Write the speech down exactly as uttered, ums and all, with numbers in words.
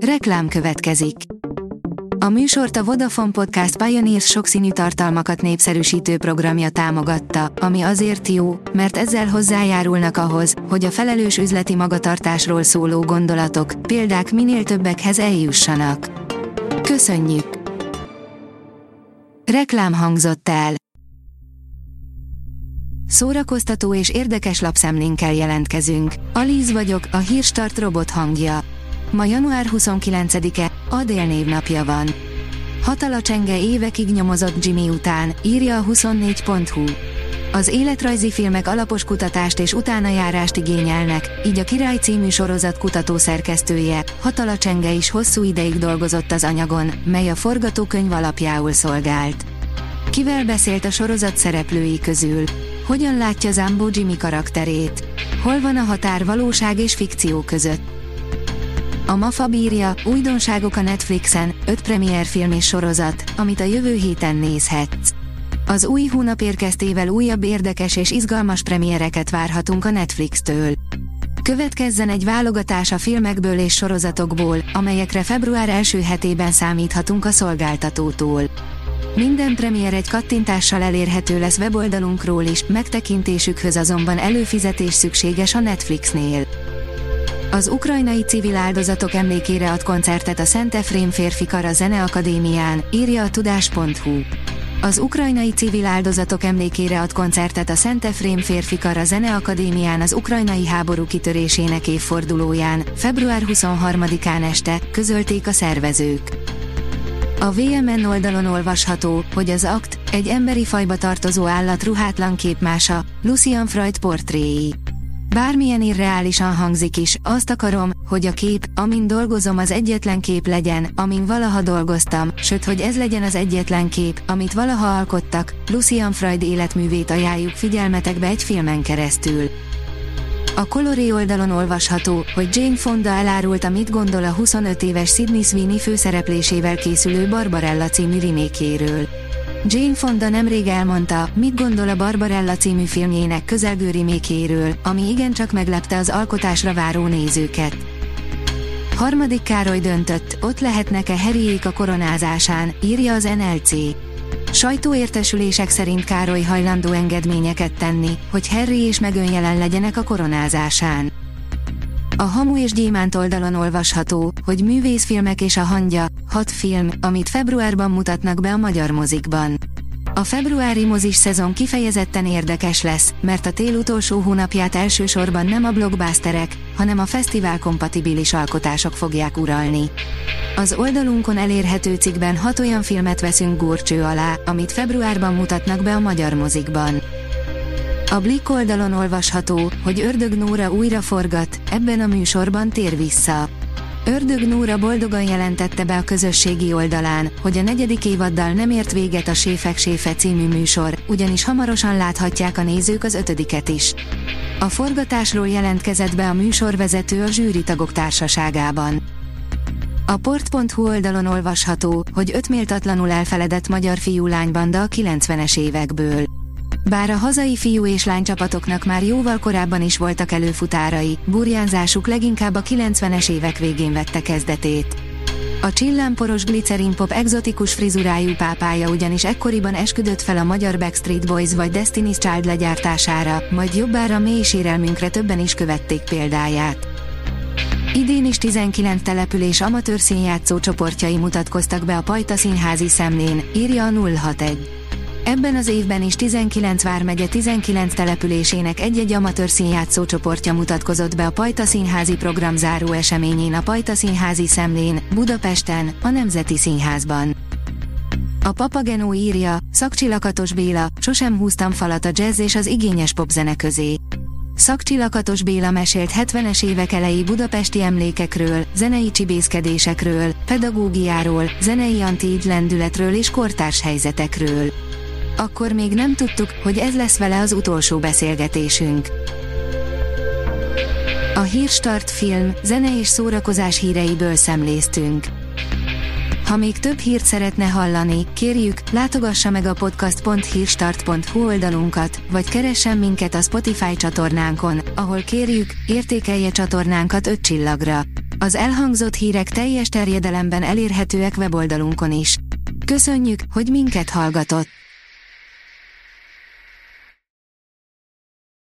Reklám következik. A műsort a Vodafone Podcast Pioneers sokszínű tartalmakat népszerűsítő programja támogatta, ami azért jó, mert ezzel hozzájárulnak ahhoz, hogy a felelős üzleti magatartásról szóló gondolatok, példák minél többekhez eljussanak. Köszönjük! Reklám hangzott el. Szórakoztató és érdekes lapszemlénkkel jelentkezünk. Alíz vagyok, a Hírstart robot hangja. Ma január huszonkilencedike, Adél névnapja van. Hatala Csenge évekig nyomozott Jimmy után, írja a huszonnégy pont hu. Az életrajzi filmek alapos kutatást és utánajárást igényelnek, így a Király című sorozat kutatószerkesztője, Hatala Csenge is hosszú ideig dolgozott az anyagon, mely a forgatókönyv alapjául szolgált. Kivel beszélt a sorozat szereplői közül? Hogyan látja Zambó Jimmy karakterét? Hol van a határ valóság és fikció között? A MAFA bírja, újdonságok a Netflixen, öt premierfilm és sorozat, amit a jövő héten nézhetsz. Az új hónap érkeztével újabb érdekes és izgalmas premiereket várhatunk a Netflix-től. Következzen egy válogatás a filmekből és sorozatokból, amelyekre február első hetében számíthatunk a szolgáltatótól. Minden premier egy kattintással elérhető lesz weboldalunkról is, megtekintésükhöz azonban előfizetés szükséges a Netflixnél. Az ukrajnai civil áldozatok emlékére ad koncertet a Szent Efrém Férfikar a Zeneakadémián, írja a tudás pont hu. Az ukrajnai civil áldozatok emlékére ad koncertet a Szent Efrém Férfikar a Zeneakadémián az ukrajnai háború kitörésének évfordulóján, február huszonharmadikán este, közölték a szervezők. A vé em en oldalon olvasható, hogy az akt, egy emberi fajba tartozó állat ruhátlan képmása, Lucian Freud portréi. Bármilyen irreálisan hangzik is, azt akarom, hogy a kép, amin dolgozom az egyetlen kép legyen, amin valaha dolgoztam, sőt, hogy ez legyen az egyetlen kép, amit valaha alkottak. Lucian Freud életművét ajánljuk figyelmetekbe egy filmen keresztül. A Coloré oldalon olvasható, hogy Jane Fonda elárulta, mit gondol a huszonöt éves Sydney Sweeney főszereplésével készülő Barbarella című remake-jéről. Jane Fonda nemrég elmondta, mit gondol a Barbarella című filmjének közelgő remake-jéről, ami igencsak meglepte az alkotásra váró nézőket. Harmadik Károly döntött, ott lehetnek-e Harryék a koronázásán, írja az en el cé. Sajtóértesülések szerint Károly hajlandó engedményeket tenni, hogy Harry és Meghan jelen legyenek a koronázásán. A Hamu és Gyémánt oldalon olvasható, hogy Művészfilmek és a hangya, hat film, amit februárban mutatnak be a magyar mozikban. A februári mozis szezon kifejezetten érdekes lesz, mert a tél utolsó hónapját elsősorban nem a blockbusterek, hanem a fesztivál-kompatibilis alkotások fogják uralni. Az oldalunkon elérhető cikkben hat olyan filmet veszünk górcső alá, amit februárban mutatnak be a magyar mozikban. A Blick oldalon olvasható, hogy Ördög Nóra újra forgat, ebben a műsorban tér vissza. Ördög Nóra boldogan jelentette be a közösségi oldalán, hogy a negyedik évaddal nem ért véget a Séfek Séfe című műsor, ugyanis hamarosan láthatják a nézők az ötödiket is. A forgatásról jelentkezett be a műsorvezető a zsűritagok társaságában. A port pont hu oldalon olvasható, hogy öt méltatlanul elfeledett magyar fiú-lánybanda a kilencvenes évekből. Bár a hazai fiú és lánycsapatoknak már jóval korábban is voltak előfutárai, burjánzásuk leginkább a kilencvenes évek végén vette kezdetét. A csillámporos glicerinpop egzotikus frizurájú pápája ugyanis ekkoriban esküdött fel a magyar Backstreet Boys vagy Destiny's Child legyártására, majd jobbára mély sérelmünkre többen is követték példáját. Idén is tizenkilenc település amatőr színjátszó csoportjai mutatkoztak be a Pajta színházi szemlén, írja a nulla hatvanegy. Ebben az évben is tizenkilenc vármegye tizenkilenc településének egy-egy amatőr színjátszó csoportja mutatkozott be a Pajta színházi program záró eseményén a Pajta színházi szemlén, Budapesten, a Nemzeti Színházban. A Papagenó írja, Szakcsi Lakatos Béla, sosem húztam falat a jazz és az igényes popzene közé. Szakcsi Lakatos Béla mesélt hetvenes évek elejé budapesti emlékekről, zenei csibészkedésekről, pedagógiáról, zenei anti-így lendületről és kortárs helyzetekről. Akkor még nem tudtuk, hogy ez lesz vele az utolsó beszélgetésünk. A Hírstart film, zene és szórakozás híreiből szemléztünk. Ha még több hírt szeretne hallani, kérjük, látogassa meg a podcast pont hírstart pont hu oldalunkat, vagy keressen minket a Spotify csatornánkon, ahol kérjük, értékelje csatornánkat öt csillagra. Az elhangzott hírek teljes terjedelemben elérhetőek weboldalunkon is. Köszönjük, hogy minket hallgatott!